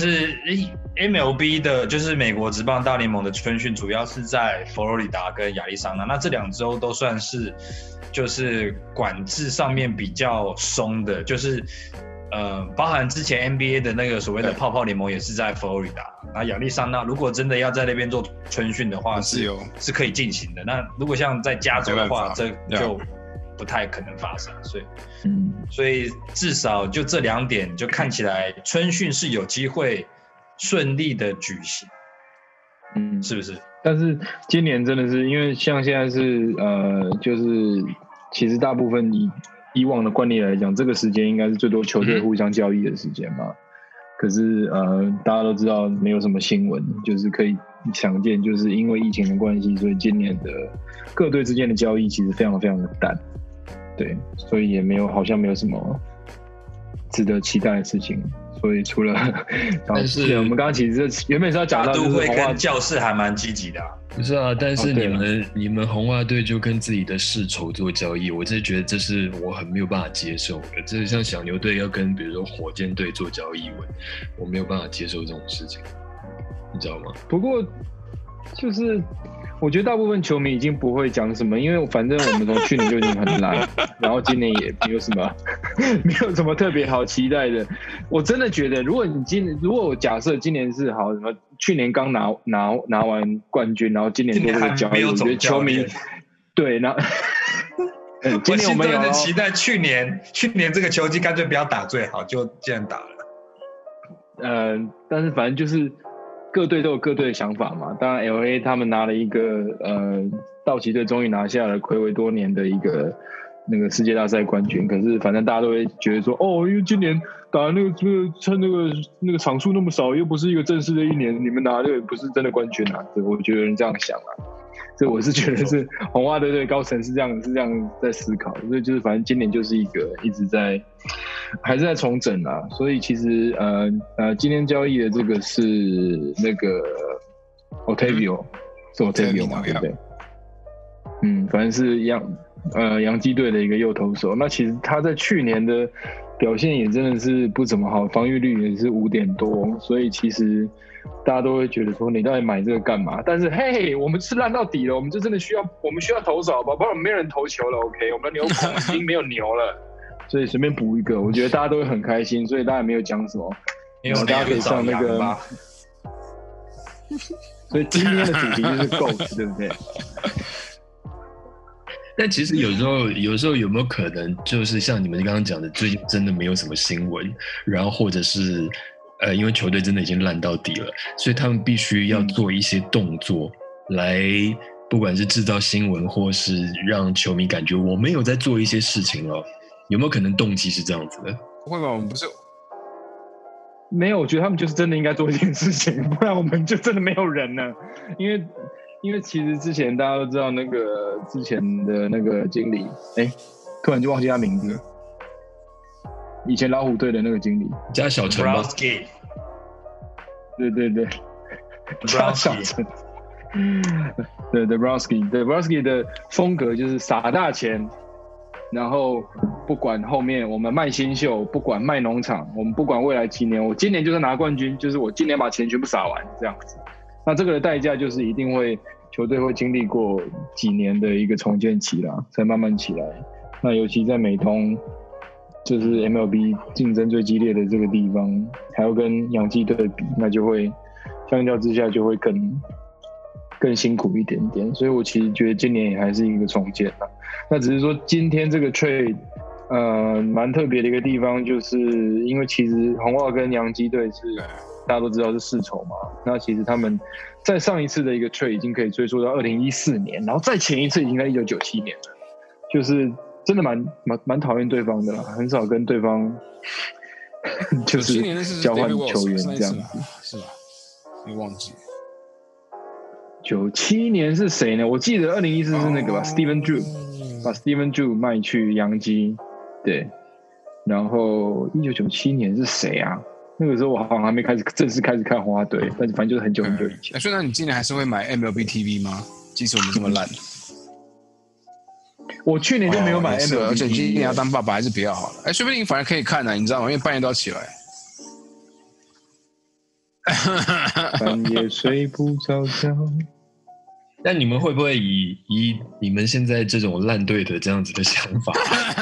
M L B 的，就是美国职棒大联盟的春训，主要是在佛罗里达跟亚利桑那，那这两州都算是。就是管制上面比较松的，就是呃，包含之前 N B A 的那个所谓的泡泡联盟也是在佛罗里达，那亚利桑那如果真的要在那边做春训的话，是是可以进行的。那如果像在加州的话，这就不太可能发生，所以，嗯，所以至少就这两点，就看起来春训是有机会顺利的举行，嗯，是不是？ 但是今年真的是因为像现在是呃，就是其实大部分以以往的惯例来讲，这个时间应该是最多球队互相交易的时间嘛。可是呃，大家都知道没有什么新闻，就是可以想见，就是因为疫情的关系，所以今年的各队之间的交易其实非常非常的淡，对，所以也没有好像没有什么值得期待的事情。所以除了，但是我们刚刚其实原本是要讲到， 都会跟教室还蛮积极的、啊。 不是啊，但是你们、哦、你们红袜队就跟自己的世仇做交易，我真的觉得这是我很没有办法接受的。这是像小牛队要跟比如说火箭队做交易，我没有办法接受这种事情，你知道吗？ 不过就是我觉得大部分球迷已经不会讲什么，因为反正我们从去年就已经很烂，然后今年也没有什么没有什么特别好期待的。我真的觉得，如果你今如果我假设今年是好什么，去年刚拿拿拿完冠军，然后今年做这个交易，我觉得球迷对，然后嗯，今年我们有的期待去年去年这个球季干脆不要打最好，就这样打了。 呃，但是反正就是。各队都有各队的想法嘛，当然 L A 他们拿了一个呃，道奇队终于拿下了睽违多年的一个那个世界大赛冠军，可是反正大家都会觉得说，哦，因为今年打那个那个趁那个那个场数那么少，又不是一个正式的一年，你们拿的不是真的冠军啊，对，我觉得有人这样想啊，所以我是觉得是红袜队队高层是这样是这样在思考，所以就是反正今年就是一个一直在。还是在重整啊，所以其实呃呃，今天交易的这个是那个 Otavio， 是 Otavio 嘛，对不对？嗯，反正是洋呃洋基队的一个右投手。那其实他在去年的表现也真的是不怎么好，防御率也是五点多，所以其实大家都会觉得说你到底买这个干嘛？但是嘿，我们是烂到底了，我们就真的需要我们需要投手，好不好？不然没有人投球了 ，OK？ 我们的牛棚已经没有牛了。所以随便补一个，我觉得大家都会很开心，所以大家没有讲什么，然后大家可以上那个，所以今天的主题就是 GOAT， 对不对？ 但其实有时候，有时候有没有可能，就是像你们刚刚讲的，最近真的没有什么新闻，然后或者是呃，因为球队真的已经烂到底了，所以他们必须要做一些动作来。不管是制造新闻，或是让球迷感觉我们有在做一些事情哦。有没有可能动机是这样子的？ 不会吧，我们不是没有，我觉得他们就是真的应该做一件事情，不然我们就真的没有人了。因为因为其实之前大家都知道那个之前的那个经理，哎，突然就忘记他名字了。以前老虎队的那个经理加小陈吗？ 对对对，加小陈。对 ，Dabrowski， Dabrowski 的风格就是撒大钱。 然后不管后面我们卖新秀，不管卖农场，我们不管未来几年，我今年就是拿冠军，就是我今年把钱全部撒完这样子。那这个的代价就是一定会球队会经历过几年的一个重建期啦，才慢慢起来。那尤其在美东，就是 M L B 竞争最激烈的这个地方，还要跟洋基队比，那就会相较之下就会更更辛苦一点点。所以我其实觉得今年也还是一个重建啦。那只是说今天这个 trade， 呃，蛮特别的一个地方，就是因为其实红袜跟洋基队是大家都知道是世仇嘛，那其实他们在上一次的一个 trade 已经可以追溯到二零一四年，然后再前一次已经在一九九七年了，就是真的蛮蛮蛮讨厌对方的啦，很少跟对方就是交换球员这样子， 是吧？你忘记？ 九七年是谁呢？我记得二零一四是那个吧、oh. ，Steven Drew， 把 Steven Drew 卖去洋基，对。然后一九九七年是谁啊？那个时候我好像还没开始正式开始看花队，但是反正就是很久很久以前。 所以那你今年还是会买 M L B T V 吗？即使我们这么烂。 我去年就没有买 M L B T V，、哦、 而且你今年要当爸爸还是比较好了。哎，说不定反而可以看呢、啊，你知道吗？因为半夜都要起来。 半夜睡不着觉。 那你们会不会以以你们现在这种烂队的这样子的想法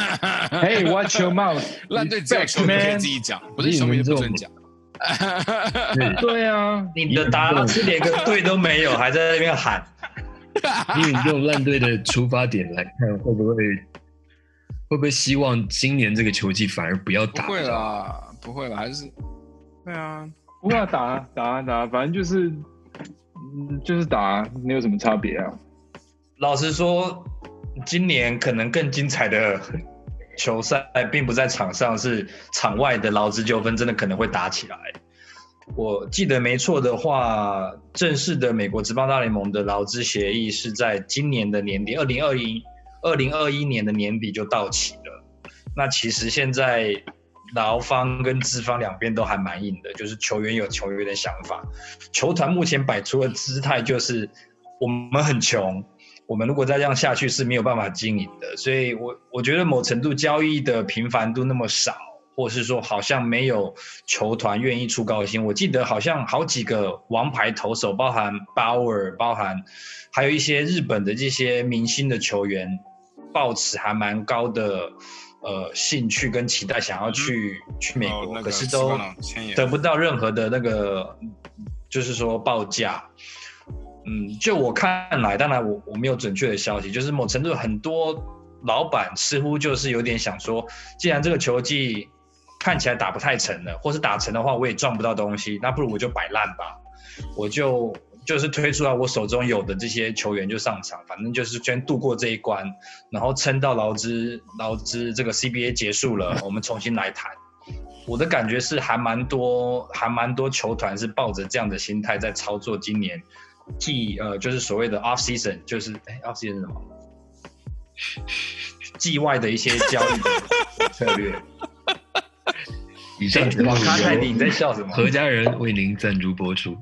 ？Hey, watch your mouth！ 烂队只有球迷可以自己讲，不是球迷不准讲。 对啊， 你的达拉斯连个队都没有，还在那边喊。 以你这种烂队的出发点来看，会不会会不会希望今年这个球季反而不要打？ 不会啦，不会啦，还是对啊， 不会啊，打啊打啊打啊，反正就是。嗯，就是打没有什么差别啊。 老实说，今年可能更精彩的球赛，并不在场上，是场外的劳资纠纷，真的可能会打起来。我记得没错的话，正式的美国职棒大联盟的劳资协议是在今年的年底，二零二一二零二一年的年底就到期了。那其实现在劳方跟资方两边都还蛮硬的，就是球员有球员的想法，球团目前摆出的姿态就是我们很穷，我们如果再这样下去是没有办法经营的，所以我我觉得某程度交易的频繁度那么少，或是说好像没有球团愿意出高薪。我记得好像好几个王牌投手，包含鲍尔，包含还有一些日本的这些明星的球员，抱持还蛮高的呃，兴趣跟期待想要去、嗯、去美国、哦那個，可是都得不到任何的那个，就是说报价。嗯，就我看来，当然我我没有准确的消息，就是某程度很多老板似乎就是有点想说，既然这个球季看起来打不太成了，或是打成的话我也赚不到东西，那不如我就摆烂吧，我就。就是推出来我手中有的这些球员就上场，反正就是先度过这一关，然后撑到劳资劳资这个 C B A 结束了，我们重新来谈。我的感觉是还蛮多还蛮多球团是抱着这样的心态在操作今年季呃就是所谓的 off season， 就是哎 off season 是什么？季外的一些交易的策略。 以上节目由泰迪你在笑什么？ 何家人为您赞助播出。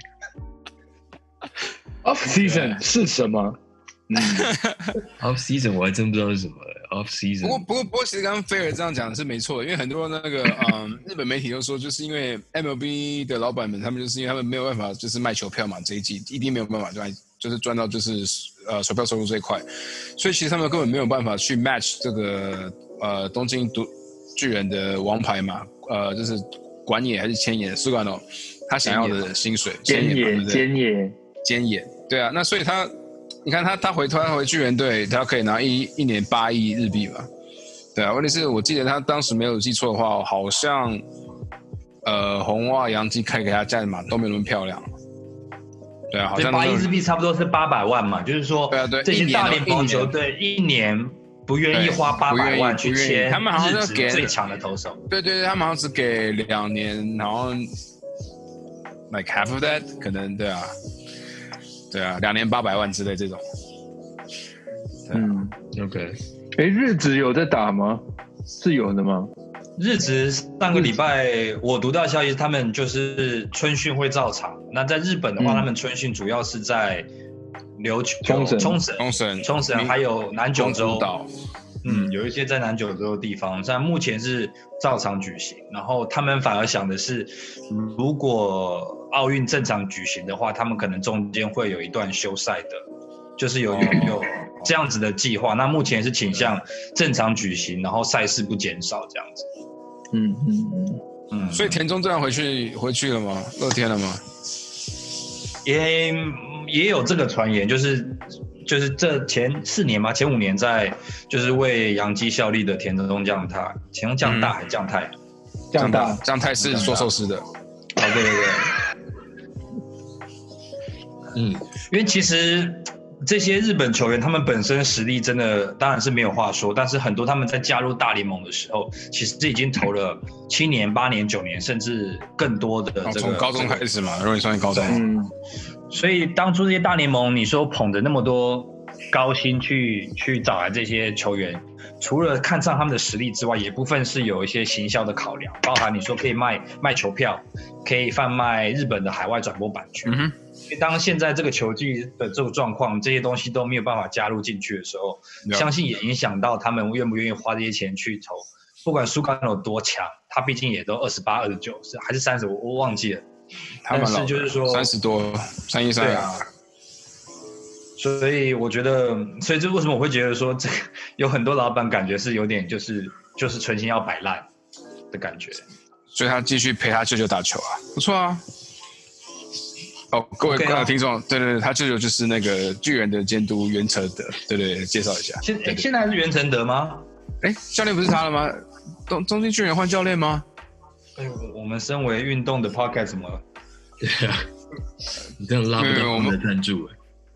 Off season 是什么？ 嗯 ，Off season 我还真不知道是什么。Off season。不过不过不过，其实刚刚菲尔这样讲的是没错的，因为很多那个嗯日本媒体都说，就是因为 M L B 的老板们，他们就是因为他们没有办法就是卖球票嘛，这一季一定没有办法赚，就是赚到就是呃售票收入这一块，所以其实他们根本没有办法去 match 这个呃东京独巨人的王牌嘛，呃就是管野还是千野苏管哦，他想要的薪水， 菅野菅野菅野。对啊，那所以他，你看他他回他回巨人队，他可以拿一一年八亿日币吧？对啊，问题是我记得他当时没有记错的话，好像呃红袜、洋基开给他价码都没有那么漂亮。对啊，好像八亿日币差不多是八百万嘛，就是说， 对啊对， 这些大联盟球队一年不愿意花八百万去签他们好像是给最强的投手。 对对对，他们好像只给两年，然后 like half of that 可能对啊。对啊，两年八百万之类这种。 嗯 ，OK。 哎，日职有在打吗？是有的吗？ 日职上个礼拜我读到消息，他们就是春训会照常。那在日本的话，嗯、他们春训主要是在琉球、 冲绳、 冲绳、 冲绳、 冲绳，还有南九州岛。 嗯，有一些在南九州的地方，但目前是照常举行。然后他们反而想的是，如果奥运正常举行的话，他们可能中间会有一段休赛的，就是有有有这样子的计划。那目前是倾向正常举行，然后赛事不减少这样子。 嗯嗯嗯嗯。所以田中这样回去回去了吗？乐天了吗？ 也也有这个传言，就是就是这前四年嘛，前五年在就是为洋基效力的田中将太，田中将大还将太， 将大将太是做寿司的。 哦，对对对。嗯，因为其实这些日本球员他们本身实力真的当然是没有话说，但是很多他们在加入大联盟的时候，其实已经投了七年、八年、九年，甚至更多的这个。 从高中开始嘛，如果你算高中。 嗯。所以当初这些大联盟，你说捧着那么多高薪去去找来这些球员，除了看上他们的实力之外，也部分是有一些行销的考量，包含你说可以卖卖球票，可以贩卖日本的海外转播版权。嗯哼。因为当现在这个球季的这个状况，这些东西都没有办法加入进去的时候，相信也影响到他们愿不愿意花这些钱去投。不管苏甘有多强，他毕竟也都二十八、二十九，还是三十，我我忘记了。但是就是说三十多，三一三。 对啊。所以我觉得，所以这为什么我会觉得说，这个有很多老板感觉是有点就是就是存心要摆烂的感觉。 所以他继续陪他舅舅打球啊，不错啊。哦，各位、okay 啊、听众，对对对，他舅舅就是那个巨人的监督袁成德，对对对，介绍一下。 现对对现在还是袁成德吗？ 哎，教练不是他了吗？东东京巨人换教练吗？ 哎，我们身为运动的 podcast 怎么？ 对啊，你这样拉不到我们的赞助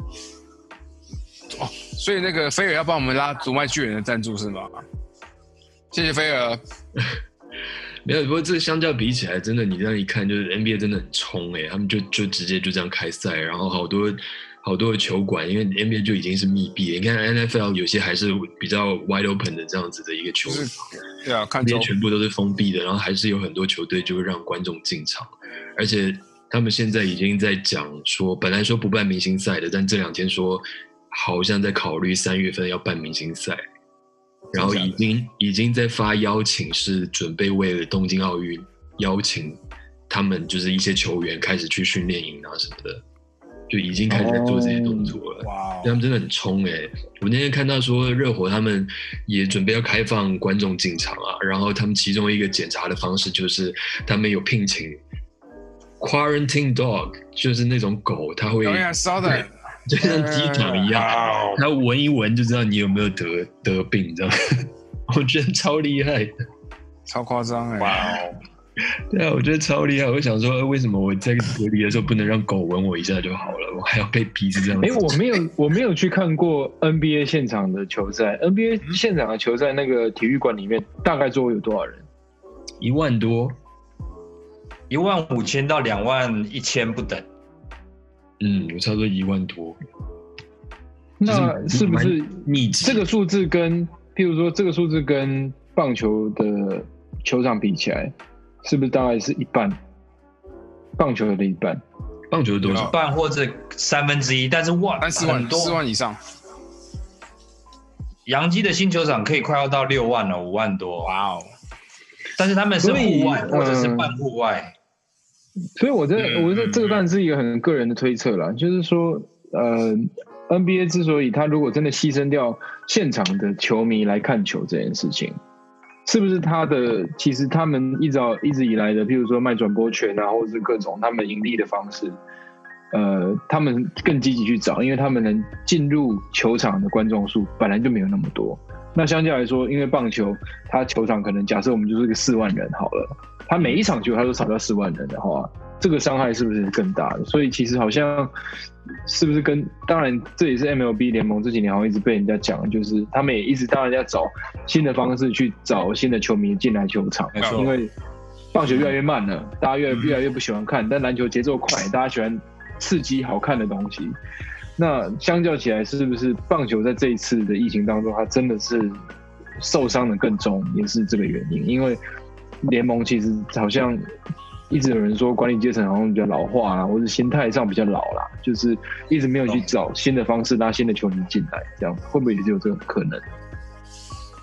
哦，所以那个菲尔要帮我们拉足麦巨人的赞助是吗？谢谢菲尔。 没有，不过这个相较比起来，真的你这样一看，就是 N B A 真的很冲哎、欸，他们就就直接就这样开赛，然后好多好多的球馆，因为 N B A 就已经是密闭了，你看 N F L 有些还是比较 wide open 的这样子的一个球场， 对啊，看这些全部都是封闭的，然后还是有很多球队就会让观众进场，而且他们现在已经在讲说，本来说不办明星赛的，但这两天说好像在考虑三月份要办明星赛。然后已经已经在发邀请，是准备为了东京奥运邀请他们，就是一些球员开始去训练营啊什么的，就已经开始在做这些动作了。哇、oh, ，他们真的很冲哎、欸！我那天看到说热火他们也准备要开放观众进场啊，然后他们其中一个检查的方式就是他们有聘请 quarantine dog， 就是那种狗，它会。 Oh yeah, saw that. 就像机场一样，他闻一闻就知道你有没有得得病，你知道吗？我觉得超厉害的， 超夸张哎！哇哦， 对啊，我觉得超厉害。我想说，为什么我在隔离的时候不能让狗闻我一下就好了，我还要被逼是这样子？ 哎，我没有，我没有去看过 N B A 现场的球赛。N B A 现场的球赛，那个体育馆里面大概座位有多少人？ 一万多， 一万五千到两万一千不等。 嗯，我差不多一万多。 那是不是密集？ 这个数字跟，譬如说这个数字跟棒球的球场比起来，是不是大概是一半？棒球的一半？ 棒球的多少？ 一半或者三分之一，但是万三四万多，四万以上。 洋基的新球场可以快要到六万了，五万多。哇哦！但是他们是户外或者是半户外。 所以我这我这这个当然是一个很个人的推测啦，就是说，呃 ，N B A 之所以他如果真的牺牲掉现场的球迷来看球这件事情，是不是他的其实他们一直一直以来的，譬如说卖转播权啊，或者是各种他们盈利的方式，呃，他们更积极去找，因为他们能进入球场的观众数本来就没有那么多。那相较来说，因为棒球，它球场可能假设我们就是个四万人好了，它每一场球它都少掉四万人的话，这个伤害是不是更大的？所以其实好像是不是跟当然这也是 M L B 联盟这几年好像一直被人家讲，就是他们也一直当然要找新的方式去找新的球迷进来球场，因为棒球越来越慢了，大家越越来越不喜欢看，但篮球节奏快，大家喜欢刺激好看的东西。那相较起来，是不是棒球在这一次的疫情当中，它真的是受伤的更重，也是这个原因？因为联盟其实好像一直有人说管理阶层好像比较老化啦，或者心态上比较老啦，就是一直没有去找新的方式拉新的球迷进来，这样会不会也是有这种可能？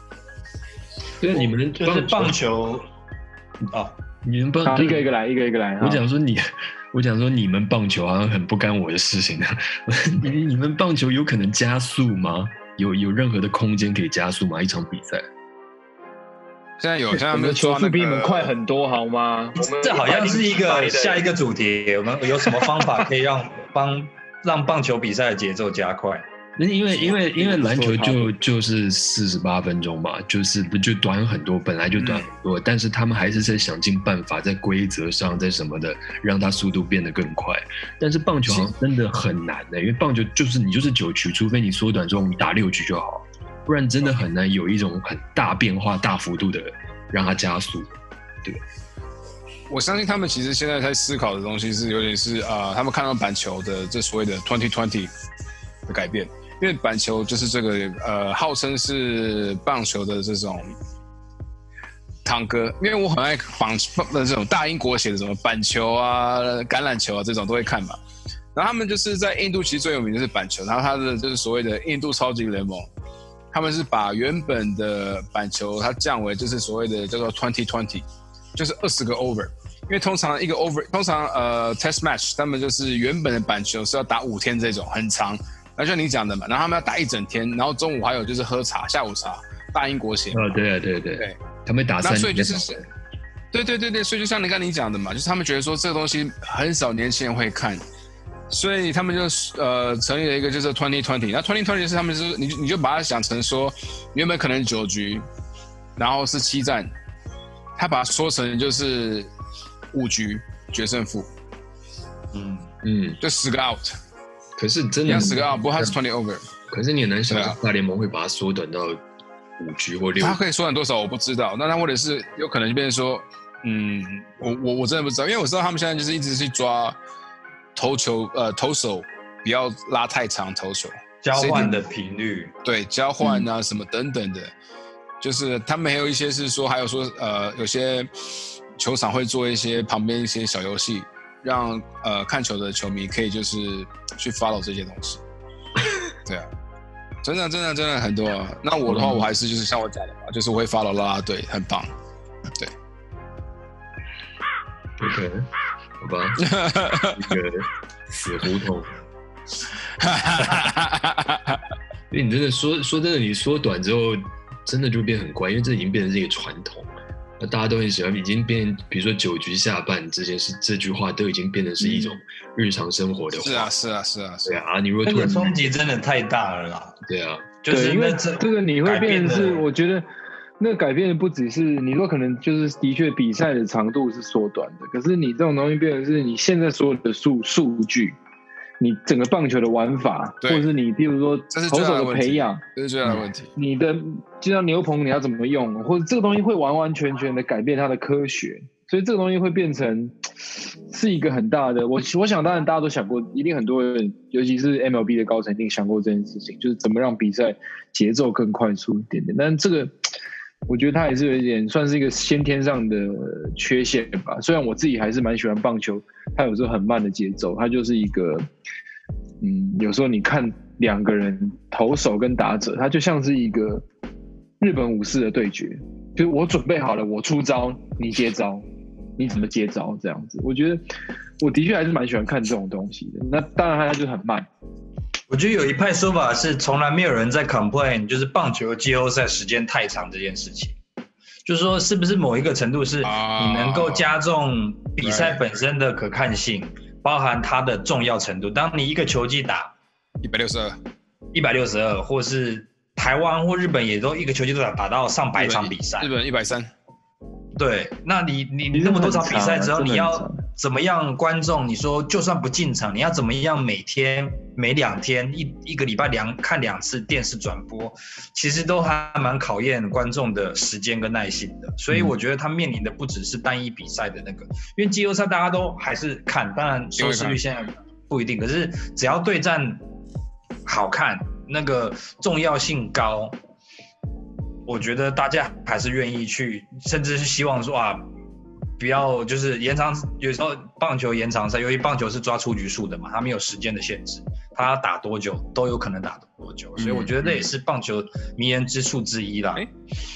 对，你们就是棒球啊， 你们棒一个一个来，一个一个来。 我讲说你，我讲说你们棒球好像很不干我的事情啊。你你们棒球有可能加速吗？有有任何的空间可以加速吗？一场比赛？ 现在有，现在我们的球速比你们快很多，好吗？我们这好像是一个下一个主题。我们有什么方法可以让帮让棒球比赛的节奏加快？ 因为因为因为篮球就就是四十八分钟嘛，就是就短很多，本来就短很多，嗯、但是他们还是在想尽办法，在规则上，在什么的，让它速度变得更快。但是棒球好像真的很难的、欸，因为棒球就是你就是九局，除非你缩短之后你打六局就好，不然真的很难有一种很大变化、大幅度的让它加速，对吧？ 我相信他们其实现在在思考的东西是有点是啊、呃，他们看到板球的这所谓的 twenty twenty 的改变。因为板球就是这个呃，号称是棒球的这种堂哥，因为我很爱棒的这种大英国写的什么板球啊、橄榄球啊这种都会看嘛。然后他们就是在印度其实最有名的是板球，然后他的就是所谓的印度超级联盟，他们是把原本的板球它降为就是所谓的叫做 twenty twenty， 就是二十个 over。因为通常一个 over， 通常呃 test match 他们就是原本的板球是要打五天这种很长。那就像你讲的嘛，然后他们要打一整天，然后中午还有就是喝茶，下午茶，大英国血。 哦，对啊，对啊对啊对，他们打三天。 那所以就是，对对对对，所以就像你刚才你讲的嘛，就是他们觉得说这个东西很少年轻人会看，所以他们就呃成立了一个就是 twenty twenty， 那 twenty twenty 是他们是你你就把它想成说原本可能九局，然后是七战，他把它说成就是五局决胜负， 嗯嗯， 就十个 out。 可是真的要十个 out， 不过它是 twenty over。 可是你很难想象大联盟会把它缩短到五局或六局。 它可以缩短多少我不知道，那它或者是有可能就变成说，嗯，我我我真的不知道，因为我知道他们现在就是一直去抓投球，呃，投手不要拉太长投球， 交换的频率， 对，交换啊、嗯、什么等等的，就是他们还有一些是说，还有说呃，有些球场会做一些旁边一些小游戏。让呃看球的球迷可以就是去 follow 这些东西，对啊，真的真的真的很多、啊。那我的话，我还是就是像我讲的嘛，就是我会 follow 啦啦队，很棒，对。 OK， 好吧，一个死胡同。因为你真的说说真的，你缩短之后，真的就变很怪，因为这已经变成是一个传统。那大家都很喜欢，已经变，比如说九局下半这件事，这句话都已经变成是一种日常生活的话。 是啊，是啊，是啊，是啊。对啊，你如果突然冲击真的太大了啦。 对啊， 就是因为这个你会变成是，我觉得那改变的不只是你说可能就是的确比赛的长度是缩短的，可是你这种东西变成是你现在所有的数数据。你整个棒球的玩法，或者是你，比如说投手的培养， 这是最大的问题。 你的就像牛棚，你要怎么用，或者这个东西会完完全全的改变它的科学，所以这个东西会变成是一个很大的。我我想当然大家都想过，一定很多人，尤其是 M L B 的高层一定想过这件事情，就是怎么让比赛节奏更快速一点点。但这个我觉得它还是有一点算是一个先天上的缺陷吧。虽然我自己还是蛮喜欢棒球，它有时候很慢的节奏，它就是一个。嗯，有时候你看两个人投手跟打者，它就像是一个日本武士的对决，就是我准备好了，我出招，你接招，你怎么接招这样子。我觉得我的确还是蛮喜欢看这种东西的。那当然它就很慢。 我觉得有一派说法是，从来没有人在 complain， 就是棒球季后赛时间太长这件事情。就是说，是不是某一个程度是你能够加重比赛本身的可看性？包含它的重要程度。当你一个球季打一百六十二、 一百六十二，或是台湾或日本也都一个球季都打打到上百场比赛。 日本一百三。 对，那你你你那么多场比赛之后，你要怎么样？观众，你说就算不进场，你要怎么样？每天、每两天、一一个礼拜两看两次电视转播，其实都还蛮考验观众的时间跟耐心的。所以我觉得他面临的不只是单一比赛的那个，因为季后赛大家都还是看，当然收视率现在不一定，可是只要对战好看，那个重要性高。我觉得大家还是愿意去，甚至是希望说啊，不要就是延长。有时候棒球延长赛，由于棒球是抓出局数的嘛，它没有时间的限制，它要打多久都有可能打多久，所以我觉得这也是棒球迷人之处之一啦。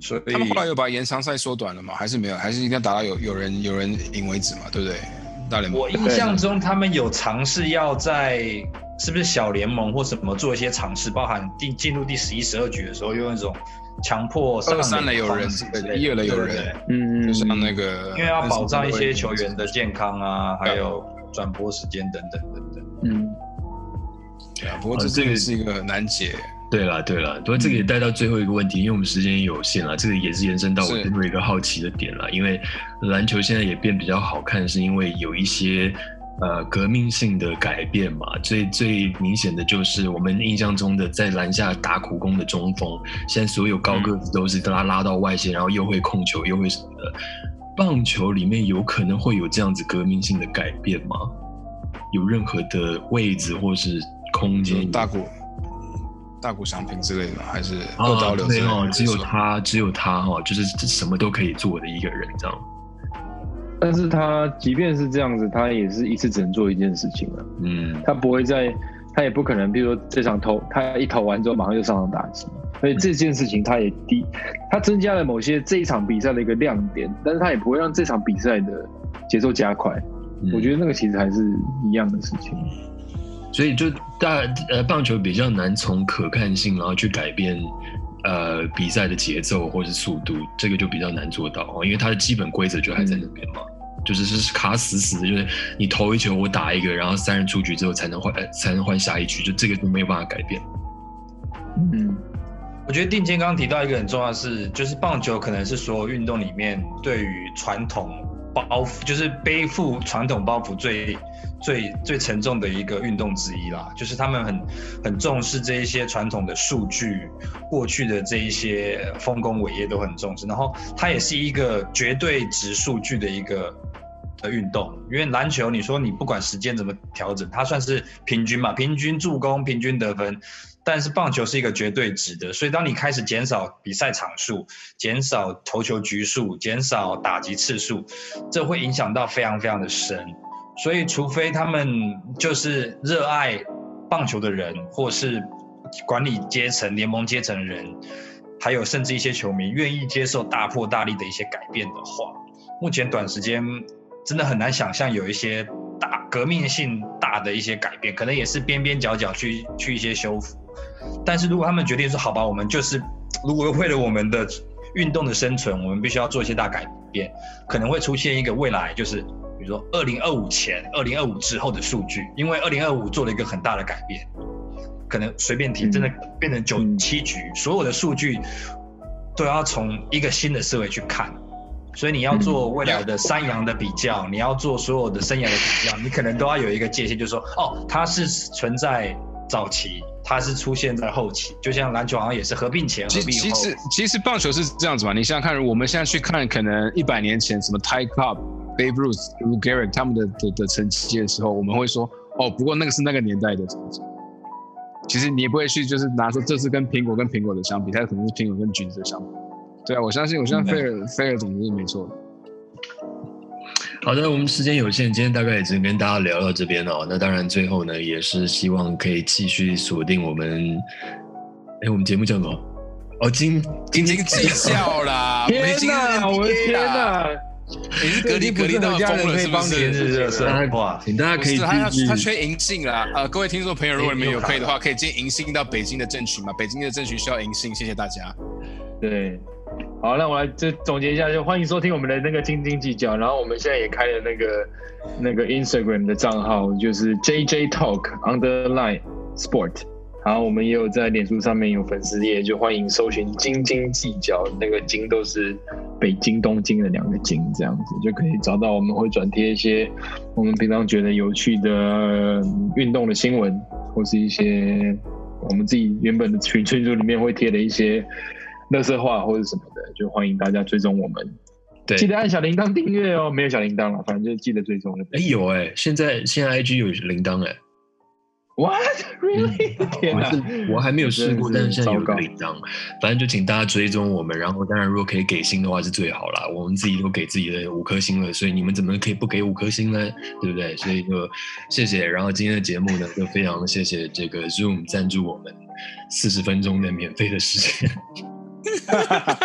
所以他们后来有把延长赛缩短了吗？还是没有？还是一定要打到有有人有人赢为止嘛？对不对？大联盟。 我印象中他们有尝试要在是不是小联盟或什么做一些尝试，包含进进入第十一、十二局的时候，用那种强迫上垒三垒有人，一二垒有人，嗯，就像那个， 因为要保障一些球员的健康啊，还有转播时间等等等等。嗯， 对啊，不过这真的是一个难解。 对啦，对啦，不过这个也带到最后一个问题，因为我们时间有限啦，这个也是延伸到我另外一个好奇的点啦。因为篮球现在也变比较好看，是因为有一些呃革命性的改变嘛。最最明显的就是我们印象中的在篮下打苦工的中锋，现在所有高个子都是拉拉到外线，然后又会控球，又会什么的。棒球里面有可能会有这样子革命性的改变吗？有任何的位置或是空间？ 大谷。大谷翔平之类的，还是二刀流之类的？ 哦，只有他，只有他哈，就是什么都可以做的一个人这样。 但是他即便是这样子，他也是一次只能做一件事情了。嗯，他不会在，他也不可能，比如说这场投，他一投完之后马上就上场打击，所以这件事情他也低，他增加了某些这一场比赛的一个亮点，但是他也不会让这场比赛的节奏加快。嗯、我觉得那个其实还是一样的事情。 所以就大呃棒球比较难从可看性然后去改变呃比赛的节奏或是速度，这个就比较难做到，因为它的基本规则就还在那边嘛，嗯、就是是卡死死的，就是你投一球我打一个，然后三人出局之后才能换才能换下一局，就这个就没有办法改变。 嗯，我觉得定谦刚刚提到一个很重要的是，就是棒球可能是所有运动里面对于传统包袱，就是背负传统包袱最。最最沉重的一个运动之一啦，就是他们很很重视这一些传统的数据，过去的这一些丰功伟业都很重视，然后它也是一个绝对值数据的一个的运动，因为篮球你说你不管时间怎么调整，它算是平均嘛，平均助攻、平均得分，但是棒球是一个绝对值的，所以当你开始减少比赛场数、减少投球局数、减少打击次数，这会影响到非常非常的深。所以除非他们就是热爱棒球的人，或是管理阶层、联盟阶层的人，还有甚至一些球迷愿意接受大破大立的一些改变的话，目前短时间真的很难想象有一些大革命性大的一些改变，可能也是边边角角去去一些修复。但是如果他们决定说好吧，我们就是如果为了我们的运动的生存，我们必须要做一些大改变，可能会出现一个未来就是。比如说二零二五前、二零二五之后的数据，因为二零二五做了一个很大的改变，可能随便提，真的变成九七局，嗯、所有的数据都要从一个新的思维去看，所以你要做未来的三阳的比较，你要做所有的生涯的比较，你可能都要有一个界限，就是说，哦，它是存在早期，它是出现在后期，就像篮球好像也是合并前、合并后。 其实其实棒球是这样子嘛，你想想看，我们现在去看，可能一百年前什么 Ty Cobb、Babe Ruth、Lou Gehrig 他们的的的成绩的时候，我们会说，哦，不过那个是那个年代的成绩。其实你也不会去就是拿说这是跟苹果跟苹果的相比，它可能是苹果跟橘子的相比。对啊，我相信我相信菲尔菲尔总是没错的。 好的，我们时间有限，今天大概也只能跟大家聊到这边哦。那当然，最后呢，也是希望可以继续锁定我们，哎，我们节目叫什么？哦，斤斤斤计较啦！ 天哪，我的天哪！ 你是隔离隔离到疯了是不是？ 哇，请大家可以继续。 他缺银杏啦，呃，各位听众朋友，如果你们有可以的话，可以进银杏到北京的镇群嘛？北京的镇群需要银杏，谢谢大家。 对。好，那我来就总结一下，就欢迎收听我们的那个斤斤计较。然后我们现在也开了那个那个 Instagram 的账号，就是 J J Talk Underline Sport。然后我们也有在脸书上面有粉丝页，就欢迎搜寻斤斤计较，那个斤都是北京、东京的两个斤，这样子就可以找到。我们会转贴一些我们平常觉得有趣的运动的新闻，或是一些我们自己原本的群群组里面会贴的一些垃圾话或者什么的，就欢迎大家追踪我们。对，记得按小铃铛订阅哦。没有小铃铛了，反正就记得追踪了。 哎，有哎、欸，现在现在 I G 有铃铛哎、欸。 What really？、嗯、天哪！ 我还没有试过，但是现在有铃铛。反正就请大家追踪我们，然后当然如果可以给星的话是最好啦。我们自己都给自己的五颗星了，所以你们怎么可以不给五颗星呢？对不对？所以就谢谢。然后今天的节目呢，就非常谢谢这个 Zoom 赞助我们四十分钟的免费的时间。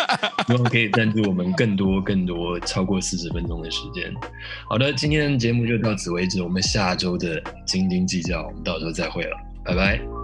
希望可以赞助我们更多更多超过四十分钟的时间。好的，今天的节目就到此为止，我们下周的斤斤计较，我们到时候再会了，拜拜。